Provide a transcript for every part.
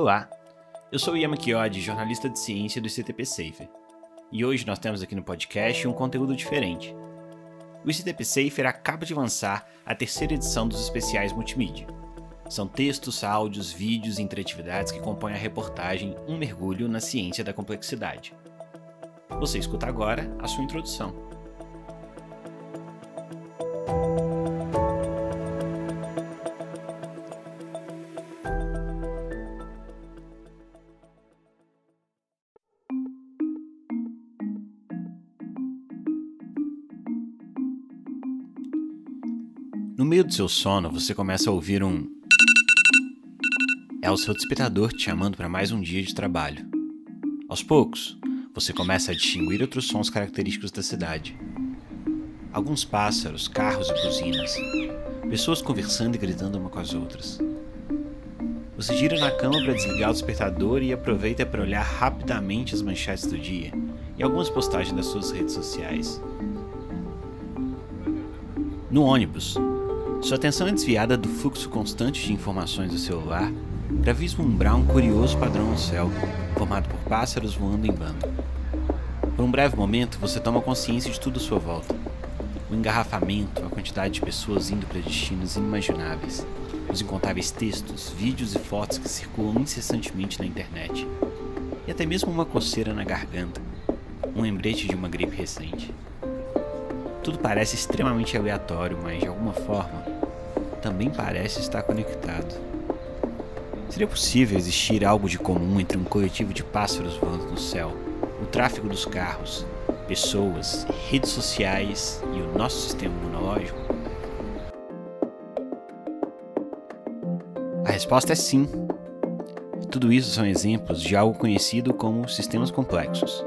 Olá, eu sou o Yama Kiodi, jornalista de ciência do ICTP Safer, e hoje nós temos aqui no podcast um conteúdo diferente. O ICTP Safer acaba de lançar a terceira edição dos especiais multimídia. São textos, áudios, vídeos e interatividades que compõem a reportagem Um Mergulho na Ciência da Complexidade. Você escuta agora a sua introdução. No meio do seu sono, você começa a ouvir um... É o seu despertador te chamando para mais um dia de trabalho. Aos poucos, você começa a distinguir outros sons característicos da cidade. Alguns pássaros, carros e buzinas. Pessoas conversando e gritando uma com as outras. Você gira na cama para desligar o despertador e aproveita para olhar rapidamente as manchetes do dia e algumas postagens das suas redes sociais. No ônibus, sua atenção é desviada do fluxo constante de informações do celular para vislumbrar um curioso padrão no céu, formado por pássaros voando em bando. Por um breve momento, você toma consciência de tudo à sua volta. O engarrafamento, a quantidade de pessoas indo para destinos inimagináveis, os incontáveis textos, vídeos e fotos que circulam incessantemente na internet, e até mesmo uma coceira na garganta, um lembrete de uma gripe recente. Tudo parece extremamente aleatório, mas de alguma forma também parece estar conectado. Seria possível existir algo de comum entre um coletivo de pássaros voando no céu, o tráfego dos carros, pessoas, redes sociais e o nosso sistema imunológico? A resposta é sim. Tudo isso são exemplos de algo conhecido como sistemas complexos.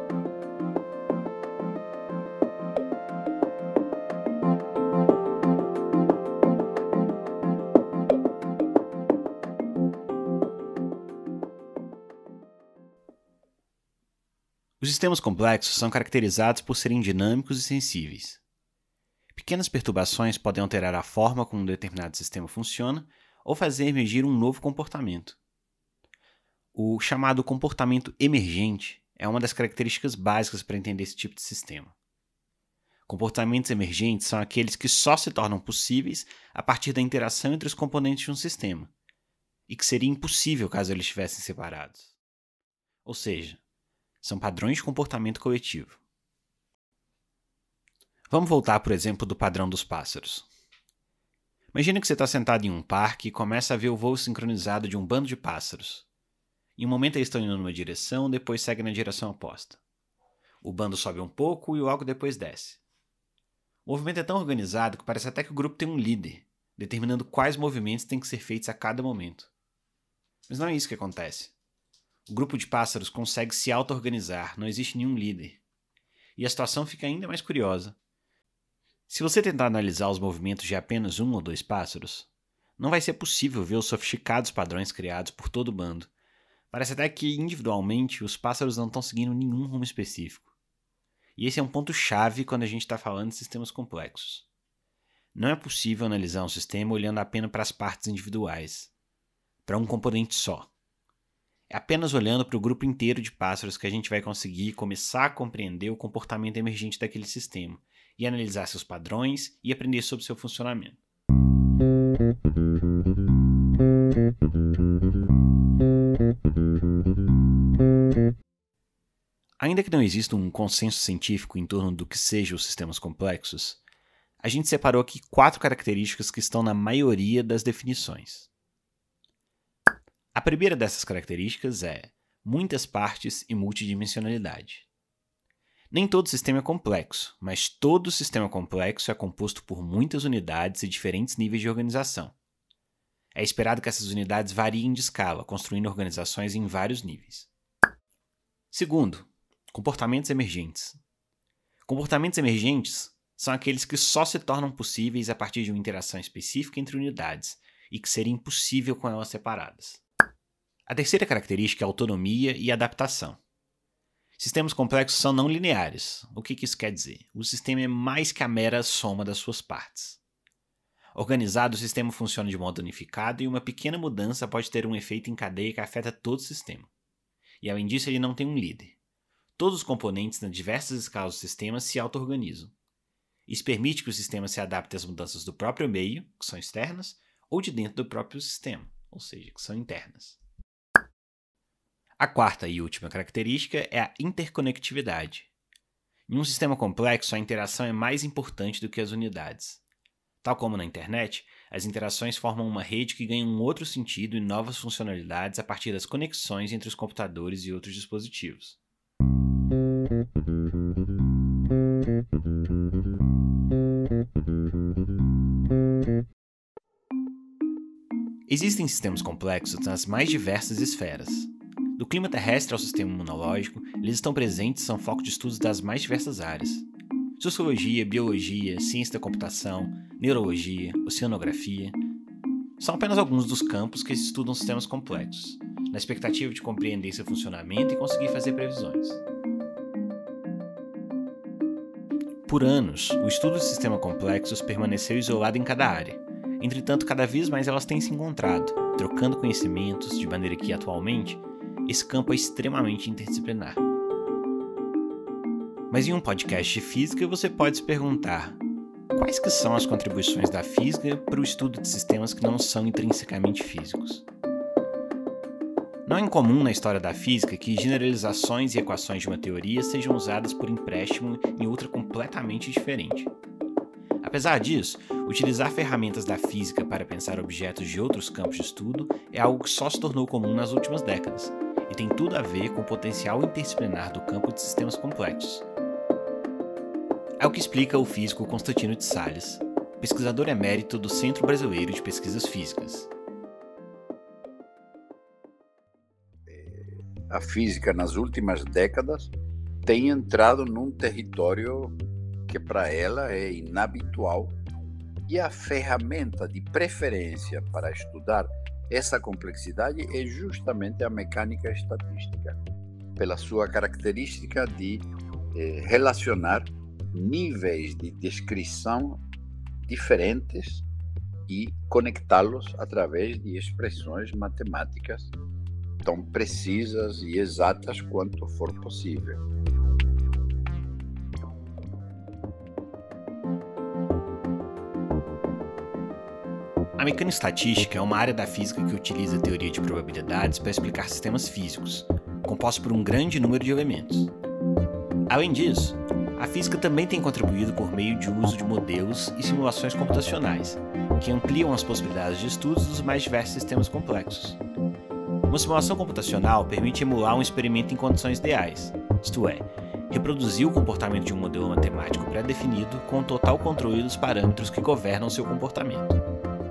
Os sistemas complexos são caracterizados por serem dinâmicos e sensíveis. Pequenas perturbações podem alterar a forma como um determinado sistema funciona ou fazer emergir um novo comportamento. O chamado comportamento emergente é uma das características básicas para entender esse tipo de sistema. Comportamentos emergentes são aqueles que só se tornam possíveis a partir da interação entre os componentes de um sistema, e que seria impossível caso eles estivessem separados. Ou seja, são padrões de comportamento coletivo. Vamos voltar, por exemplo, do padrão dos pássaros. Imagina que você está sentado em um parque e começa a ver o voo sincronizado de um bando de pássaros. Em um momento eles estão indo numa direção, depois seguem na direção oposta. O bando sobe um pouco e logo depois desce. O movimento é tão organizado que parece até que o grupo tem um líder, determinando quais movimentos têm que ser feitos a cada momento. Mas não é isso que acontece. O grupo de pássaros consegue se auto-organizar, não existe nenhum líder. E a situação fica ainda mais curiosa. Se você tentar analisar os movimentos de apenas um ou dois pássaros, não vai ser possível ver os sofisticados padrões criados por todo o bando. Parece até que, individualmente, os pássaros não estão seguindo nenhum rumo específico. E esse é um ponto-chave quando a gente está falando de sistemas complexos. Não é possível analisar um sistema olhando apenas para as partes individuais, para um componente só. É apenas olhando para o grupo inteiro de pássaros que a gente vai conseguir começar a compreender o comportamento emergente daquele sistema e analisar seus padrões e aprender sobre seu funcionamento. Ainda que não exista um consenso científico em torno do que sejam os sistemas complexos, a gente separou aqui 4 características que estão na maioria das definições. A primeira dessas características é muitas partes e multidimensionalidade. Nem todo sistema é complexo, mas todo sistema complexo é composto por muitas unidades e diferentes níveis de organização. É esperado que essas unidades variem de escala, construindo organizações em vários níveis. Segundo, comportamentos emergentes. Comportamentos emergentes são aqueles que só se tornam possíveis a partir de uma interação específica entre unidades e que seria impossível com elas separadas. A terceira característica é a autonomia e adaptação. Sistemas complexos são não lineares. O que isso quer dizer? O sistema é mais que a mera soma das suas partes. Organizado, o sistema funciona de modo unificado e uma pequena mudança pode ter um efeito em cadeia que afeta todo o sistema. E além disso, ele não tem um líder. Todos os componentes nas diversas escalas do sistema se auto-organizam. Isso permite que o sistema se adapte às mudanças do próprio meio, que são externas, ou de dentro do próprio sistema, ou seja, que são internas. A quarta e última característica é a interconectividade. Em um sistema complexo, a interação é mais importante do que as unidades. Tal como na internet, as interações formam uma rede que ganha um outro sentido e novas funcionalidades a partir das conexões entre os computadores e outros dispositivos. Existem sistemas complexos nas mais diversas esferas. Do clima terrestre ao sistema imunológico, eles estão presentes e são foco de estudos das mais diversas áreas. Sociologia, biologia, ciência da computação, neurologia, oceanografia. São apenas alguns dos campos que estudam sistemas complexos, na expectativa de compreender seu funcionamento e conseguir fazer previsões. Por anos, o estudo de sistemas complexos permaneceu isolado em cada área. Entretanto, cada vez mais elas têm se encontrado, trocando conhecimentos, de maneira que, atualmente, esse campo é extremamente interdisciplinar. Mas em um podcast de física, você pode se perguntar: quais que são as contribuições da física para o estudo de sistemas que não são intrinsecamente físicos? Não é incomum na história da física que generalizações e equações de uma teoria sejam usadas por empréstimo em outra completamente diferente. Apesar disso, utilizar ferramentas da física para pensar objetos de outros campos de estudo é algo que só se tornou comum nas últimas décadas, e tem tudo a ver com o potencial interdisciplinar do campo de sistemas complexos. É o que explica o físico Constantino de Sales, pesquisador emérito do Centro Brasileiro de Pesquisas Físicas. A física, nas últimas décadas, tem entrado num território que para ela é inabitual, e a ferramenta de preferência para estudar essa complexidade é justamente a mecânica estatística, pela sua característica de relacionar níveis de descrição diferentes e conectá-los através de expressões matemáticas tão precisas e exatas quanto for possível. A mecânica estatística é uma área da física que utiliza a teoria de probabilidades para explicar sistemas físicos, compostos por um grande número de elementos. Além disso, a física também tem contribuído por meio de uso de modelos e simulações computacionais, que ampliam as possibilidades de estudos dos mais diversos sistemas complexos. Uma simulação computacional permite emular um experimento em condições ideais, isto é, reproduzir o comportamento de um modelo matemático pré-definido com o total controle dos parâmetros que governam seu comportamento.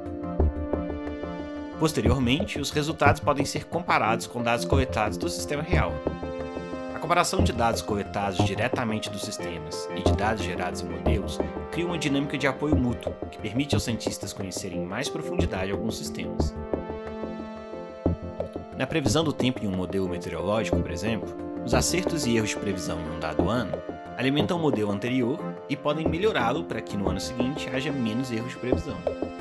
Posteriormente, os resultados podem ser comparados com dados coletados do sistema real. A comparação de dados coletados diretamente dos sistemas e de dados gerados em modelos cria uma dinâmica de apoio mútuo, que permite aos cientistas conhecerem em mais profundidade alguns sistemas. Na previsão do tempo em um modelo meteorológico, por exemplo, os acertos e erros de previsão em um dado ano alimentam o modelo anterior e podem melhorá-lo para que no ano seguinte haja menos erros de previsão.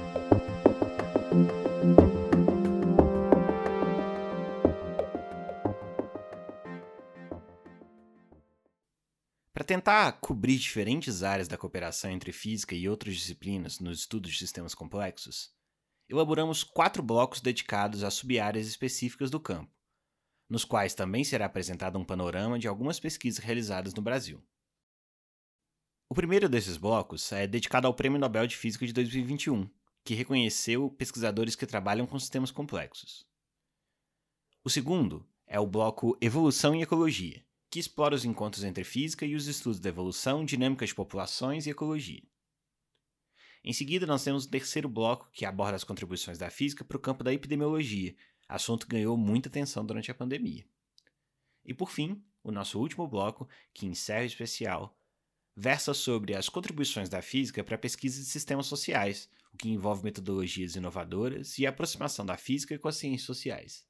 Para tentar cobrir diferentes áreas da cooperação entre física e outras disciplinas nos estudos de sistemas complexos, elaboramos 4 blocos dedicados a sub-áreas específicas do campo, nos quais também será apresentado um panorama de algumas pesquisas realizadas no Brasil. O primeiro desses blocos é dedicado ao Prêmio Nobel de Física de 2021, que reconheceu pesquisadores que trabalham com sistemas complexos. O segundo é o bloco Evolução e Ecologia, que explora os encontros entre física e os estudos da evolução, dinâmica de populações e ecologia. Em seguida, nós temos o terceiro bloco, que aborda as contribuições da física para o campo da epidemiologia, assunto que ganhou muita atenção durante a pandemia. E por fim, o nosso último bloco, que encerra o especial, versa sobre as contribuições da física para a pesquisa de sistemas sociais, o que envolve metodologias inovadoras e a aproximação da física com as ciências sociais.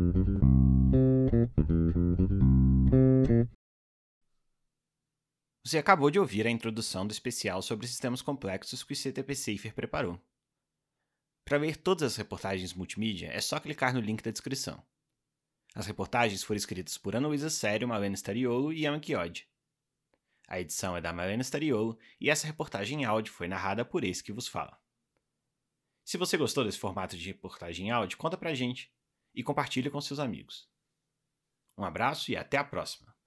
Os Você acabou de ouvir a introdução do especial sobre sistemas complexos que o CTP Safer preparou. Para ver todas as reportagens multimídia, é só clicar no link da descrição. As reportagens foram escritas por Ana Luísa Sério, Malena Stariolo e Emma Chiodi. A edição é da Malena Stariolo e essa reportagem em áudio foi narrada por esse que vos fala. Se você gostou desse formato de reportagem em áudio, conta pra gente e compartilha com seus amigos. Um abraço e até a próxima!